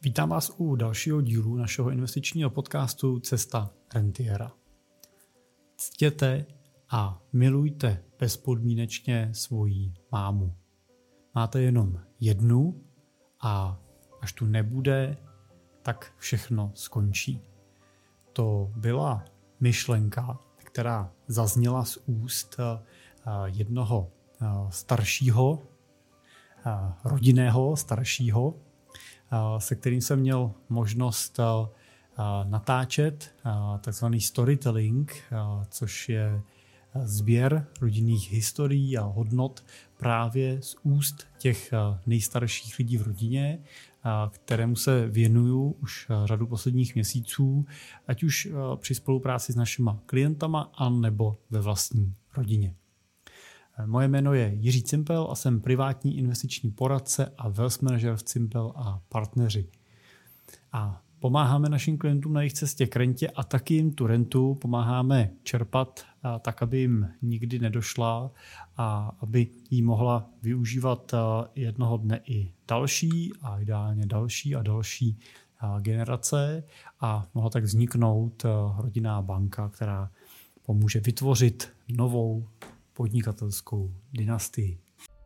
Vítám vás u dalšího dílu našeho investičního podcastu Cesta rentiera. Ctěte a milujte bezpodmínečně svoji mámu. Máte jenom jednu a až tu nebude, tak všechno skončí. To byla myšlenka, která zazněla z úst jednoho staršího, rodinného staršího, se kterým jsem měl možnost natáčet takzvaný storytelling, což je sběr rodinných historií a hodnot právě z úst těch nejstarších lidí v rodině, kterému se věnuju už řadu posledních měsíců, ať už při spolupráci s našima klientama, anebo ve vlastní rodině. Moje jméno je Jiří Cimpel a jsem privátní investiční poradce a wealth manager v Cimpel a partneři. A pomáháme našim klientům na jejich cestě k rentě a taky jim tu rentu pomáháme čerpat tak, aby jim nikdy nedošla a aby ji mohla využívat jednoho dne i další a ideálně další a další generace a mohla tak vzniknout rodinná banka, která pomůže vytvořit novou podnikatelskou dynastii.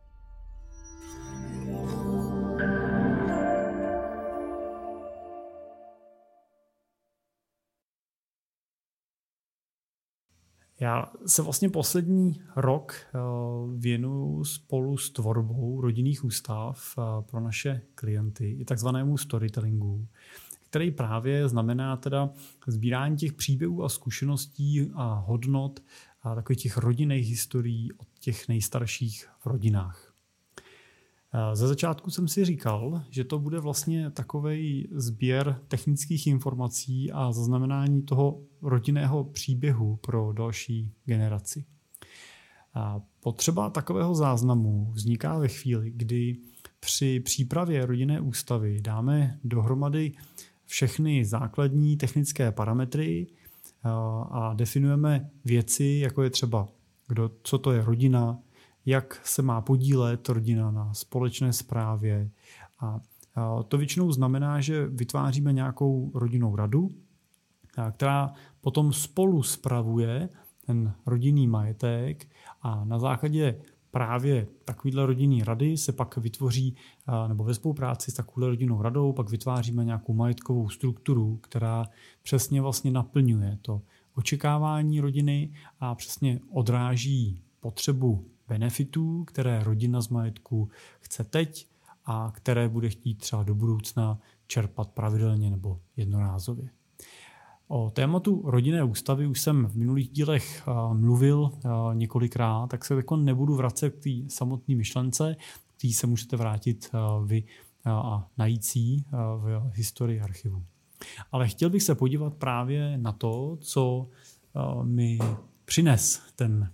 Já se vlastně poslední rok věnuju spolu s tvorbou rodinných ústav pro naše klienty i takzvanému storytellingu, který právě znamená teda sbírání těch příběhů a zkušeností a hodnot a takových těch rodinných historií od těch nejstarších v rodinách. Ze začátku jsem si říkal, že to bude vlastně takovej sběr technických informací a zaznamenání toho rodinného příběhu pro další generaci. Potřeba takového záznamu vzniká ve chvíli, kdy při přípravě rodinné ústavy dáme dohromady všechny základní technické parametry a definujeme věci, jako je třeba, co to je rodina, jak se má podílet rodina na společné správě. A to většinou znamená, že vytváříme nějakou rodinnou radu, která potom spolu spravuje ten rodinný majetek a na základě právě takovýhle rodinný rady se pak vytvoří, nebo ve spolupráci s takovou rodinnou radou pak vytváříme nějakou majetkovou strukturu, která přesně vlastně naplňuje to očekávání rodiny a přesně odráží potřebu benefitů, které rodina z majetku chce teď a které bude chtít třeba do budoucna čerpat pravidelně nebo jednorázově. O tématu rodinné ústavy už jsem v minulých dílech mluvil několikrát, tak se jako nebudu vracet k té samotné myšlence, který se můžete vrátit vy a najít ji v historii archivu. Ale chtěl bych se podívat právě na to, co mi přines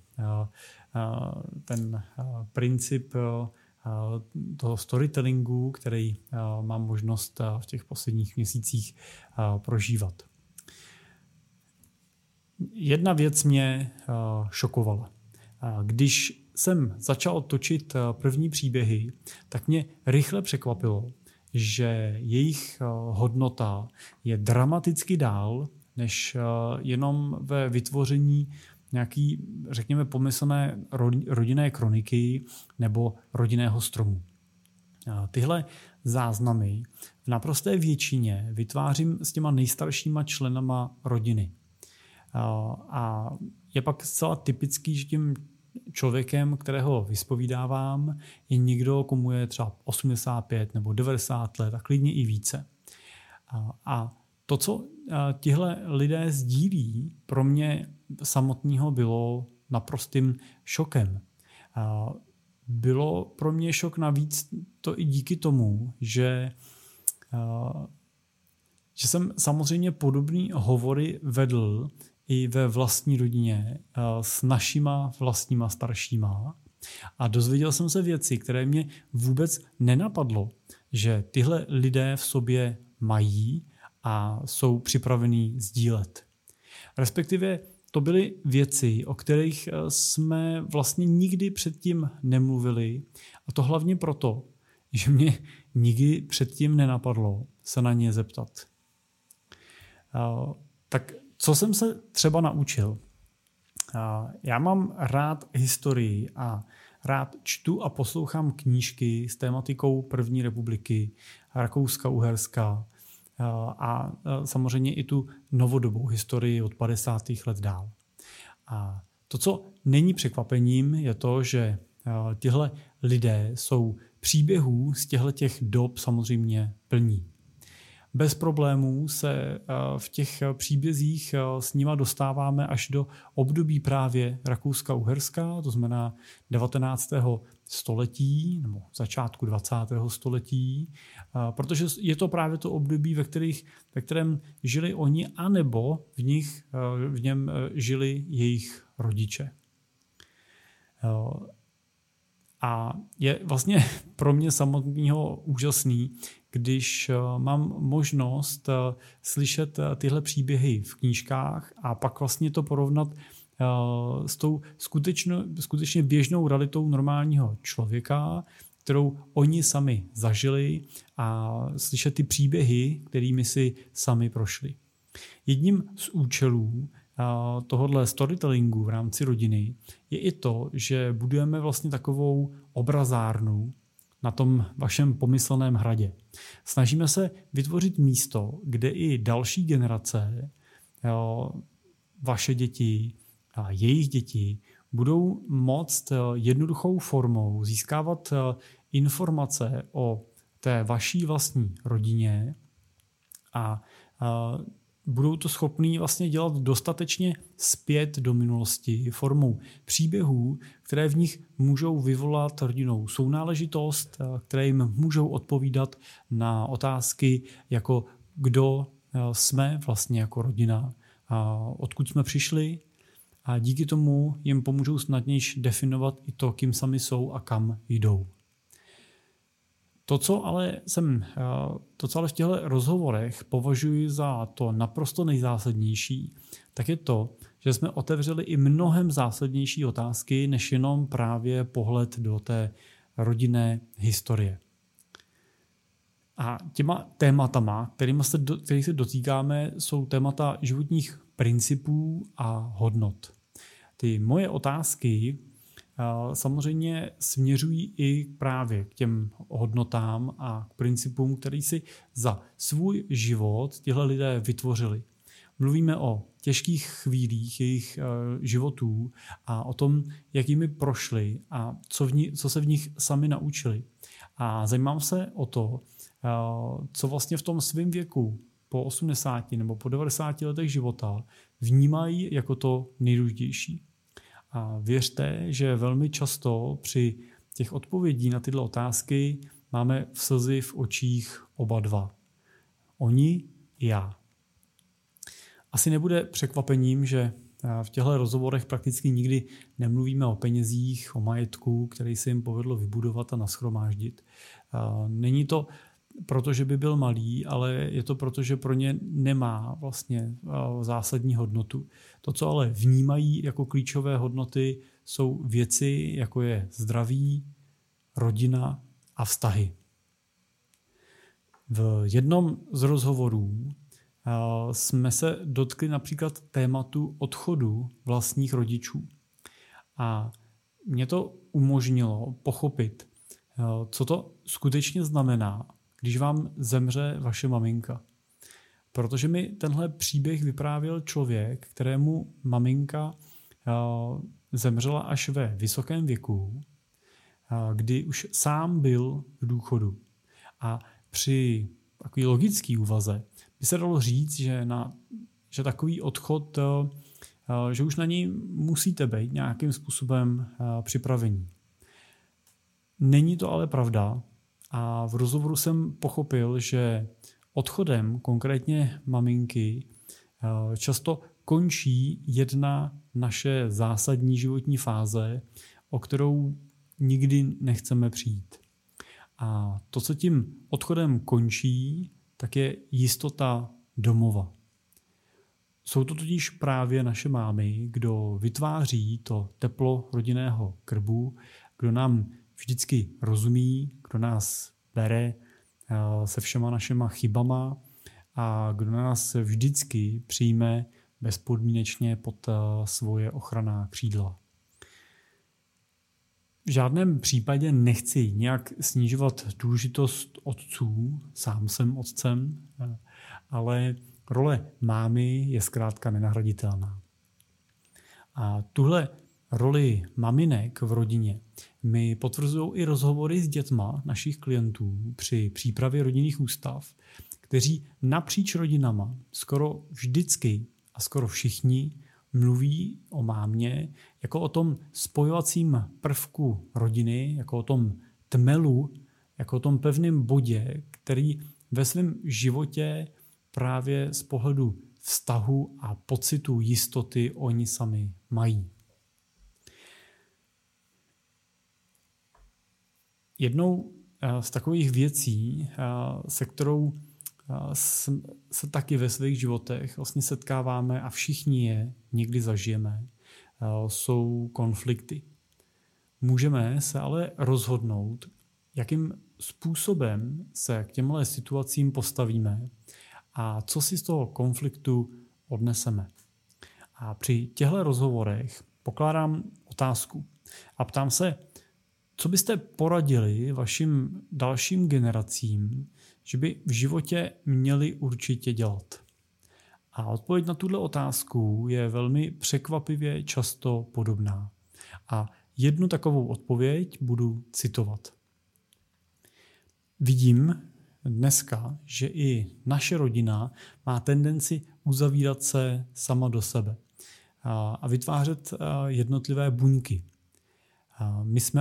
ten princip toho storytellingu, který mám možnost v těch posledních měsících prožívat. Jedna věc mě šokovala. Když jsem začal točit první příběhy, tak mě rychle překvapilo, že jejich hodnota je dramaticky dál, než jenom ve vytvoření nějaký, řekněme, pomyslné rodinné kroniky nebo rodinného stromu. Tyhle záznamy v naprosté většině vytvářím s těma nejstaršíma členama rodiny. A je pak zcela typický, že tím člověkem, kterého vyspovídávám, je někdo, komu je třeba 85 nebo 90 let a klidně i více. A to, co tihle lidé sdílí, pro mě samotného bylo naprostým šokem. Bylo pro mě šok navíc to i díky tomu, že jsem samozřejmě podobný hovory vedl i ve vlastní rodině s našima vlastníma staršíma a dozvěděl jsem se věci, které mě vůbec nenapadlo, že tyhle lidé v sobě mají a jsou připravení sdílet. Respektive to byly věci, o kterých jsme vlastně nikdy předtím nemluvili a to hlavně proto, že mě nikdy předtím nenapadlo se na ně zeptat. Tak co jsem se třeba naučil? Já mám rád historii a rád čtu a poslouchám knížky s tématikou první republiky, Rakouska-Uherska a samozřejmě i tu novodobou historii od 50. let dál. A to, co není překvapením, je to, že tihle lidé jsou příběhů z těchto dob samozřejmě plní. Bez problémů se v těch příbězích s nima dostáváme až do období právě Rakouska-Uherska, to znamená 19. století nebo začátku 20. století, protože je to právě to období, ve kterém žili oni, anebo v něm žili jejich rodiče. A je vlastně pro mě samotného úžasný, když mám možnost slyšet tyhle příběhy v knížkách a pak vlastně to porovnat s tou skutečně běžnou realitou normálního člověka, kterou oni sami zažili, a slyšet ty příběhy, kterými si sami prošli. Jedním z účelů tohohle storytellingu v rámci rodiny je i to, že budujeme vlastně takovou obrazárnu na tom vašem pomyslném hradě. Snažíme se vytvořit místo, kde i další generace, vaše děti a jejich děti, budou moct jednoduchou formou získávat informace o té vaší vlastní rodině a budou to schopní vlastně dělat dostatečně zpět do minulosti formou příběhů, které v nich můžou vyvolat rodinnou sounáležitost, které jim můžou odpovídat na otázky jako kdo jsme vlastně jako rodina, odkud jsme přišli, a díky tomu jim pomůžou snadněji definovat i to, kým sami jsou a kam jdou. To, co ale v těchto rozhovorech považuji za to naprosto nejzásadnější, tak je to, že jsme otevřeli i mnohem zásadnější otázky, než jenom právě pohled do té rodinné historie. A těma tématama, kterých se dotýkáme, jsou témata životních principů a hodnot. Ty moje otázky samozřejmě směřují i právě k těm hodnotám a k principům, který si za svůj život tihle lidé vytvořili. Mluvíme o těžkých chvílích jejich životů a o tom, jak jimi prošli a co se v nich sami naučili. A zajímám se o to, co vlastně v tom svém věku po 80 nebo po 90 letech života vnímají jako to nejdůležitější. A věřte, že velmi často při těch odpovědí na tyhle otázky máme slzy v očích oba dva. Oni i já. Asi nebude překvapením, že v těchto rozhovorech prakticky nikdy nemluvíme o penězích, o majetku, který se jim povedlo vybudovat a nashromáždit. Není to proto, že by byl malý, ale je to proto, že pro ně nemá vlastně zásadní hodnotu. To, co ale vnímají jako klíčové hodnoty, jsou věci, jako je zdraví, rodina a vztahy. V jednom z rozhovorů jsme se dotkli například tématu odchodu vlastních rodičů. A mě to umožnilo pochopit, co to skutečně znamená, když vám zemře vaše maminka. Protože mi tenhle příběh vyprávěl člověk, kterému maminka zemřela až ve vysokém věku, kdy už sám byl v důchodu. A při takový logický úvaze by se dalo říct, že takový odchod, že už na něj musíte být nějakým způsobem připravení. Není to ale pravda a v rozhovoru jsem pochopil, že odchodem konkrétně maminky často končí jedna naše zásadní životní fáze, o kterou nikdy nechceme přijít. A to, co tím odchodem končí, tak je jistota domova. Jsou to totiž právě naše mámy, kdo vytváří to teplo rodinného krbu, kdo nám vždycky rozumí, kdo nás bere, se všema našima chybama a kdo nás vždycky přijme bezpodmínečně pod svoje ochranná křídla. V žádném případě nechci nějak snižovat důležitost otců, sám jsem otcem, ale role mámy je zkrátka nenahraditelná. A tuhle roli maminek v rodině mi potvrzují i rozhovory s dětma našich klientů při přípravě rodinných ústav, kteří napříč rodinama skoro vždycky a skoro všichni mluví o mámě jako o tom spojovacím prvku rodiny, jako o tom tmelu, jako o tom pevném bodě, který ve svém životě právě z pohledu vztahu a pocitu jistoty oni sami mají. Jednou z takových věcí, se kterou se taky ve svých životech vlastně setkáváme a všichni je někdy zažijeme, jsou konflikty. Můžeme se ale rozhodnout, jakým způsobem se k těmhle situacím postavíme a co si z toho konfliktu odneseme. A při těchto rozhovorech pokládám otázku a ptám se, co byste poradili vašim dalším generacím, že by v životě měli určitě dělat? A odpověď na tuto otázku je velmi překvapivě často podobná. A jednu takovou odpověď budu citovat. Vidím dneska, že i naše rodina má tendenci uzavírat se sama do sebe a vytvářet jednotlivé buňky. My jsme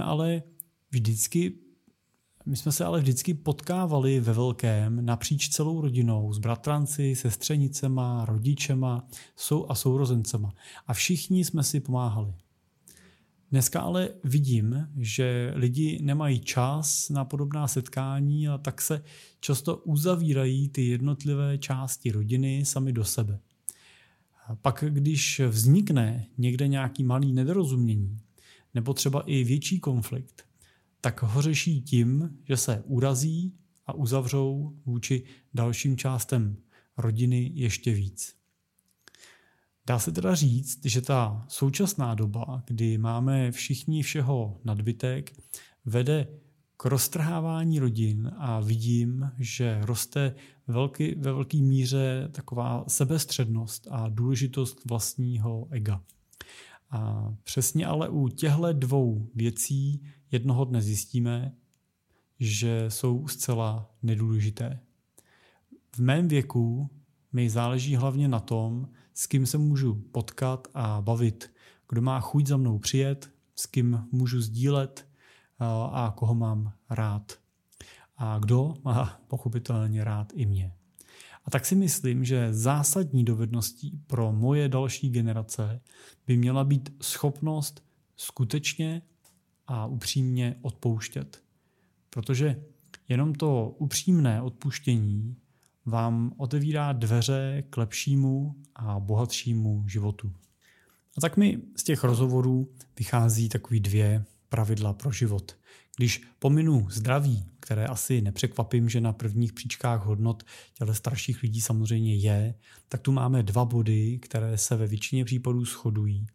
se ale vždycky potkávali ve velkém napříč celou rodinou s bratranci, sestřenicema, rodičema a sourozencema. A všichni jsme si pomáhali. Dneska ale vidím, že lidi nemají čas na podobná setkání a tak se často uzavírají ty jednotlivé části rodiny sami do sebe. A pak, když vznikne někde nějaký malý nedorozumění, nebo třeba i větší konflikt, tak ho řeší tím, že se urazí a uzavřou vůči dalším částem rodiny ještě víc. Dá se teda říct, že ta současná doba, kdy máme všichni všeho nadbytek, vede k roztrhávání rodin a vidím, že roste ve velké míře taková sebestřednost a důležitost vlastního ega. A přesně ale u těchto dvou věcí jednoho dne zjistíme, že jsou zcela nedůležité. V mém věku mi záleží hlavně na tom, s kým se můžu potkat a bavit, kdo má chuť za mnou přijet, s kým můžu sdílet a koho mám rád. A kdo má pochopitelně rád i mě. A tak si myslím, že zásadní dovedností pro moje další generace by měla být schopnost skutečně a upřímně odpouštět. Protože jenom to upřímné odpuštění vám otevírá dveře k lepšímu a bohatšímu životu. A tak mi z těch rozhovorů vychází takový 2 pravidla pro život. Když pominu zdraví, které asi nepřekvapím, že na prvních příčkách hodnot těchto starších lidí samozřejmě je, tak tu máme 2 body, které se ve většině případů shodují.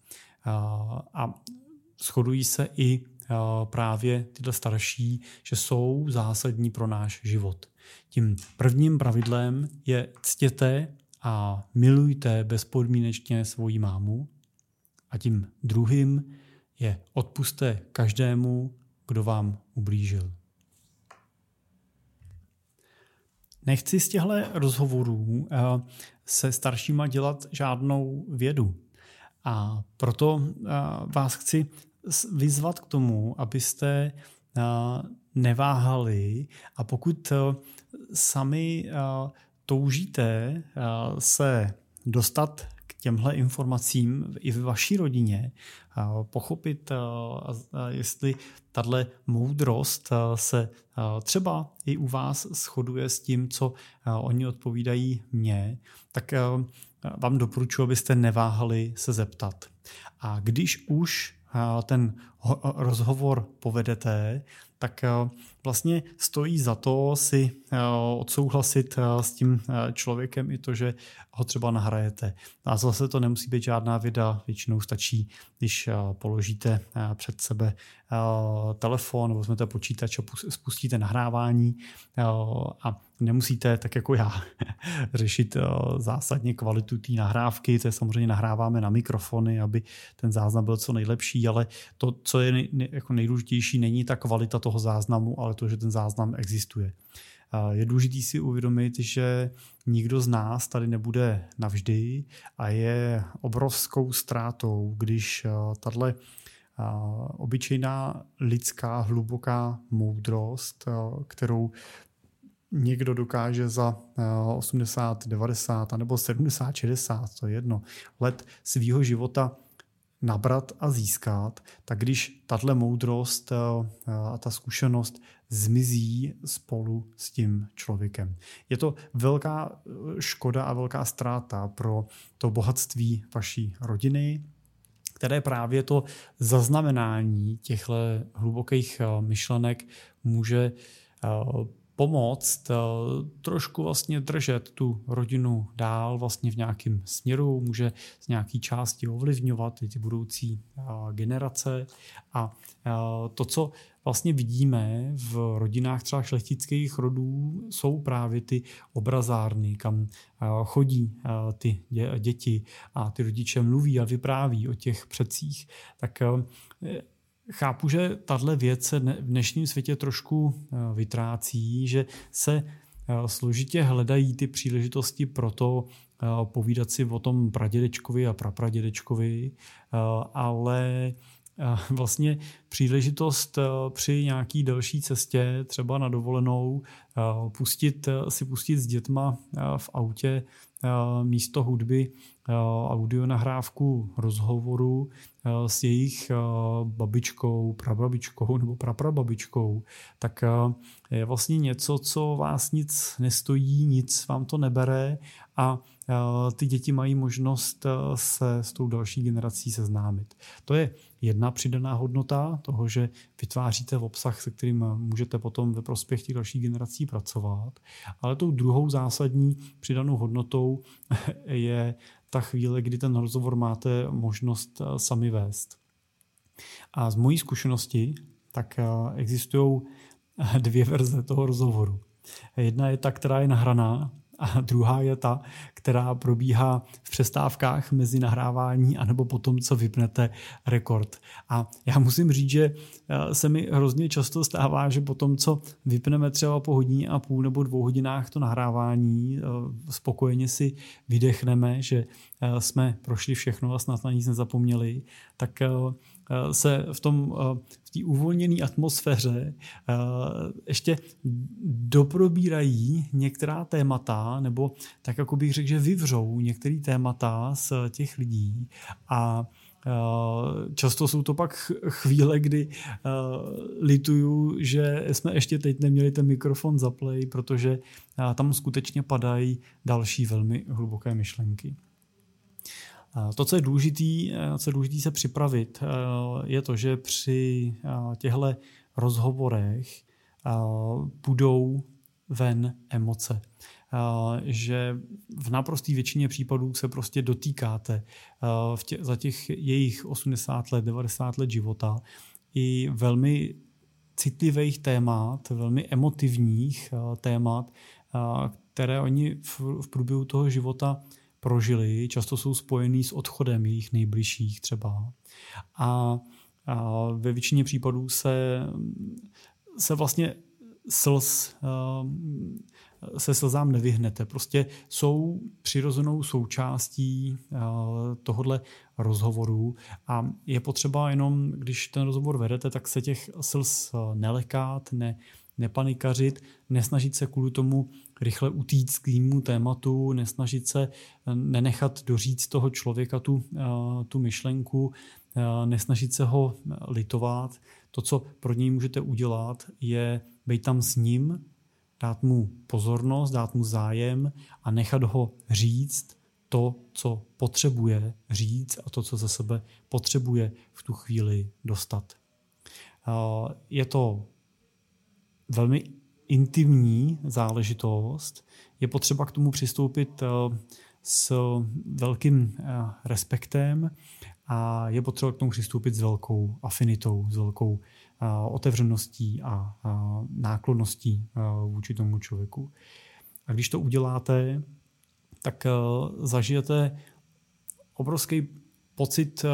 A shodují se i právě tyhle starší, že jsou zásadní pro náš život. Tím prvním pravidlem je ctěte a milujte bezpodmínečně svoji mámu. A tím druhým je odpusťte každému, kdo vám ublížil. Nechci z těchto rozhovorů se staršíma dělat žádnou vědu. A proto vás chci vyzvat k tomu, abyste neváhali a pokud sami toužíte se dostat k těmhle informacím i v vaší rodině, pochopit, jestli tahle moudrost se třeba i u vás shoduje s tím, co oni odpovídají mně, tak vám doporučuji, abyste neváhali se zeptat. A když už ten rozhovor povedete, tak vlastně stojí za to si odsouhlasit s tím člověkem i to, že ho třeba nahrajete. A zase to nemusí být žádná věda, většinou stačí, když položíte před sebe telefon, vezmete počítač a spustíte nahrávání a nemusíte, tak jako já, řešit zásadně kvalitu té nahrávky. To je samozřejmě nahráváme na mikrofony, aby ten záznam byl co nejlepší, ale to, co je jako nejdůležitější, není ta kvalita toho záznamu, ale to, že ten záznam existuje. Je důležité si uvědomit, že nikdo z nás tady nebude navždy a je obrovskou ztrátou, když tahle obyčejná lidská hluboká moudrost, kterou někdo dokáže za 80, 90 nebo 70, 60, to je jedno, let svýho života nabrat a získat, tak když tahle moudrost a ta zkušenost zmizí spolu s tím člověkem. Je to velká škoda a velká ztráta pro to bohatství vaší rodiny, které právě to zaznamenání těchto hlubokých myšlenek může pomoct trošku vlastně držet tu rodinu dál vlastně v nějakém směru, může z nějaké části ovlivňovat i ty budoucí generace. A to, co vlastně vidíme v rodinách třeba šlechtických rodů, jsou právě ty obrazárny, kam chodí ty děti a ty rodiče mluví a vypráví o těch předcích. Tak chápu, že tahle věc se v dnešním světě trošku vytrácí, že se složitě hledají ty příležitosti pro to povídat si o tom pradědečkovi a prapradědečkovi, ale vlastně příležitost při nějaký delší cestě, třeba na dovolenou, pustit s dětma v autě místo hudby audionahrávku rozhovoru s jejich babičkou, prababičkou nebo praprababičkou, tak je vlastně něco, co vás nic nestojí, nic vám to nebere a ty děti mají možnost se s tou další generací seznámit. To je jedna přidaná hodnota toho, že vytváříte obsah, se kterým můžete potom ve prospěch těch dalších generací pracovat. Ale tou druhou zásadní přidanou hodnotou je ta chvíle, kdy ten rozhovor máte možnost sami vést. A z mojí zkušenosti tak existují dvě verze toho rozhovoru. Jedna je ta, která je nahraná, a druhá je ta, která probíhá v přestávkách mezi nahrávání anebo potom, co vypnete rekord. A já musím říct, že se mi hrozně často stává, že potom, co vypneme třeba po hodině a půl nebo 2 hodinách to nahrávání, spokojeně si vydechneme, že jsme prošli všechno a snad na nic nezapomněli, tak se v té uvolněné atmosféře ještě doprobírají některá témata, nebo tak jako bych řekl, že vyvřou některé témata z těch lidí a často jsou to pak chvíle, kdy lituju, že jsme ještě teď neměli ten mikrofon zaplay, protože tam skutečně padají další velmi hluboké myšlenky. To, co je důležité se připravit, je to, že při těchto rozhovorech budou ven emoce. Že v naprosté většině případů se prostě dotýkáte za těch jejich 80 let, 90 let života i velmi citlivých témat, velmi emotivních témat, které oni v průběhu toho života prožili, často jsou spojený s odchodem jejich nejbližších třeba. A ve většině případů se vlastně se slzám nevyhnete. Prostě jsou přirozenou součástí tohodle rozhovoru a je potřeba jenom, když ten rozhovor vedete, tak se těch slz nelekát, nepanikařit, nesnažit se kvůli tomu rychle utíct k jinému tématu, nesnažit se nenechat doříct toho člověka tu myšlenku, nesnažit se ho litovat. To, co pro něj můžete udělat, je být tam s ním, dát mu pozornost, dát mu zájem a nechat ho říct to, co potřebuje říct a to, co ze sebe potřebuje v tu chvíli dostat. Je to velmi intimní záležitost. Je potřeba k tomu přistoupit s velkým respektem a je potřeba k tomu přistoupit s velkou afinitou, s velkou otevřeností a náklonností vůči tomu člověku. A když to uděláte, tak zažijete obrovský pocit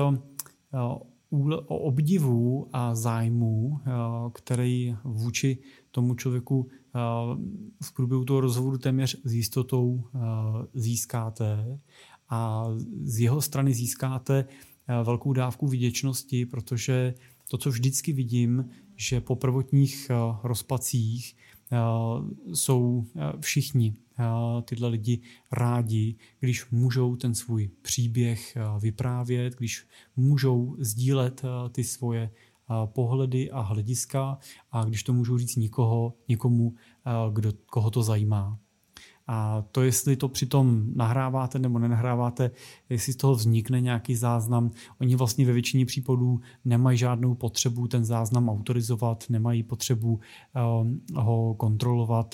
obdivu a zájmu, který vůči tomu člověku v průběhu toho rozhovoru téměř s jistotou získáte a z jeho strany získáte velkou dávku vděčnosti, protože to, co vždycky vidím, že po prvotních rozpacích jsou všichni tyhle lidi rádi, když můžou ten svůj příběh vyprávět, když můžou sdílet ty svoje pohledy a hlediska a když to můžou říct někomu, koho to zajímá. A to, jestli to přitom nahráváte nebo nenahráváte, jestli z toho vznikne nějaký záznam, oni vlastně ve většině případů nemají žádnou potřebu ten záznam autorizovat, nemají potřebu ho kontrolovat.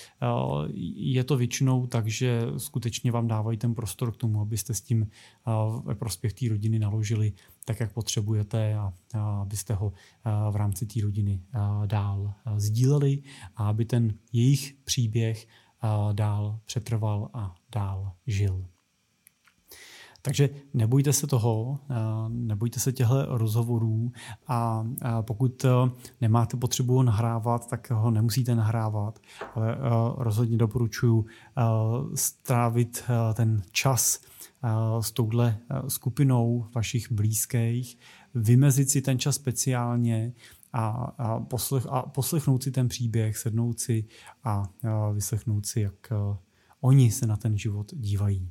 Je to většinou tak, že skutečně vám dávají ten prostor k tomu, abyste s tím ve prospěch té rodiny naložili tak, jak potřebujete a abyste ho v rámci té rodiny dál sdíleli a aby ten jejich příběh dál přetrval a dál žil. Takže nebojte se toho, nebojte se těchto rozhovorů a pokud nemáte potřebu ho nahrávat, tak ho nemusíte nahrávat, ale rozhodně doporučuji strávit ten čas s touhle skupinou vašich blízkých, vymezit si ten čas speciálně a poslechnout si ten příběh, sednout si a vyslechnout si, jak oni se na ten život dívají.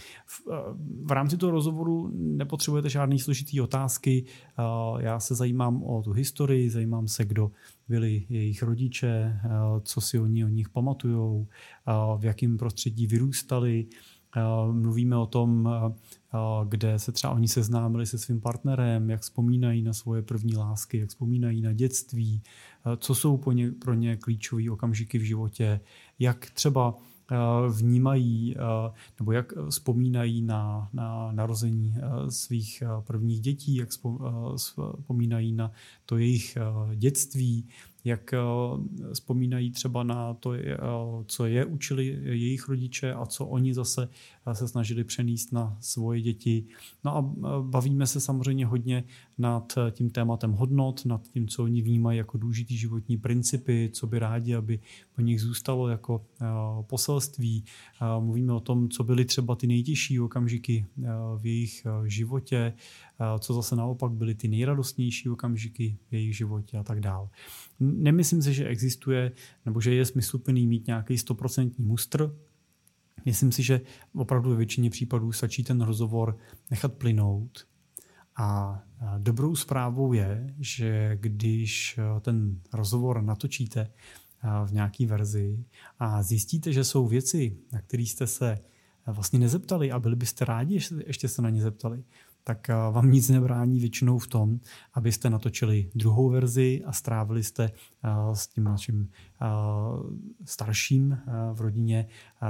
V rámci toho rozhovoru nepotřebujete žádné složitý otázky. Já se zajímám o tu historii, zajímám se, kdo byli jejich rodiče, co si oni o nich pamatujou, v jakém prostředí vyrůstali. Mluvíme o tom, kde se třeba oni seznámili se svým partnerem, jak vzpomínají na svoje první lásky, jak vzpomínají na dětství, co jsou pro ně klíčové okamžiky v životě, jak třeba vnímají nebo jak vzpomínají na narození svých prvních dětí, jak vzpomínají na to jejich dětství, jak vzpomínají třeba na to, co je učili jejich rodiče a co oni zase se snažili přenést na svoje děti. No a bavíme se samozřejmě hodně nad tím tématem hodnot, nad tím, co oni vnímají jako důležitý životní principy, co by rádi, aby po nich zůstalo jako poselství. Mluvíme o tom, co byly třeba ty nejtěžší okamžiky v jejich životě, co zase naopak byly ty nejradostnější okamžiky v jejich životě a tak dále. Nemyslím si, že existuje nebo že je smysluplný mít nějaký 100% mustr. Myslím si, že opravdu ve většině případů stačí ten rozhovor nechat plynout. A dobrou zprávou je, že když ten rozhovor natočíte v nějaké verzi a zjistíte, že jsou věci, na které jste se vlastně nezeptali a byli byste rádi, ještě se na ně zeptali, tak vám nic nebrání většinou v tom, abyste natočili druhou verzi a strávili jste s tím naším starším v rodině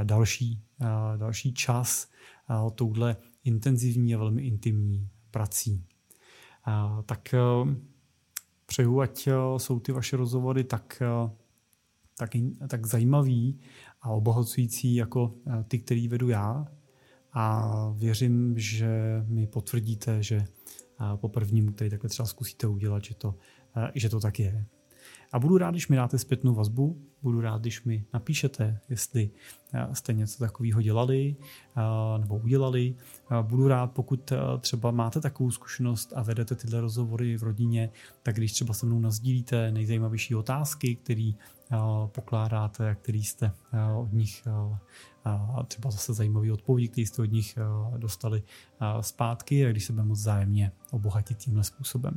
další čas touhle intenzivní a velmi intimní prací. Tak přeju, ať jsou ty vaše rozhovory tak zajímavý a obohacující jako ty, který vedu já. A věřím, že mi potvrdíte, že po prvním, který takhle třeba zkusíte udělat, že to tak je. A budu rád, když mi dáte zpětnou vazbu, budu rád, když mi napíšete, jestli jste něco takového dělali nebo udělali. Budu rád, pokud třeba máte takovou zkušenost a vedete tyhle rozhovory v rodině, tak když třeba se mnou nasdílíte nejzajímavější otázky, které pokládáte a který jste od nich třeba zase zajímavý odpověď, který jste od nich dostali zpátky a když se budeme moc vzájemně obohatit tímhle způsobem.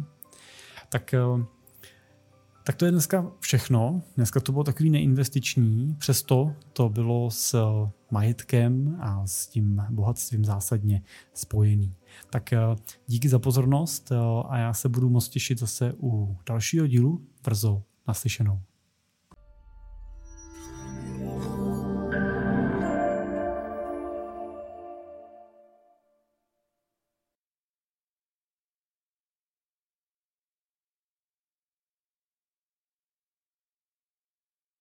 Tak to je dneska všechno. Dneska to bylo takový neinvestiční, přesto to bylo s majetkem a s tím bohatstvím zásadně spojený. Tak díky za pozornost a já se budu moc těšit zase u dalšího dílu brzo naslyšenou.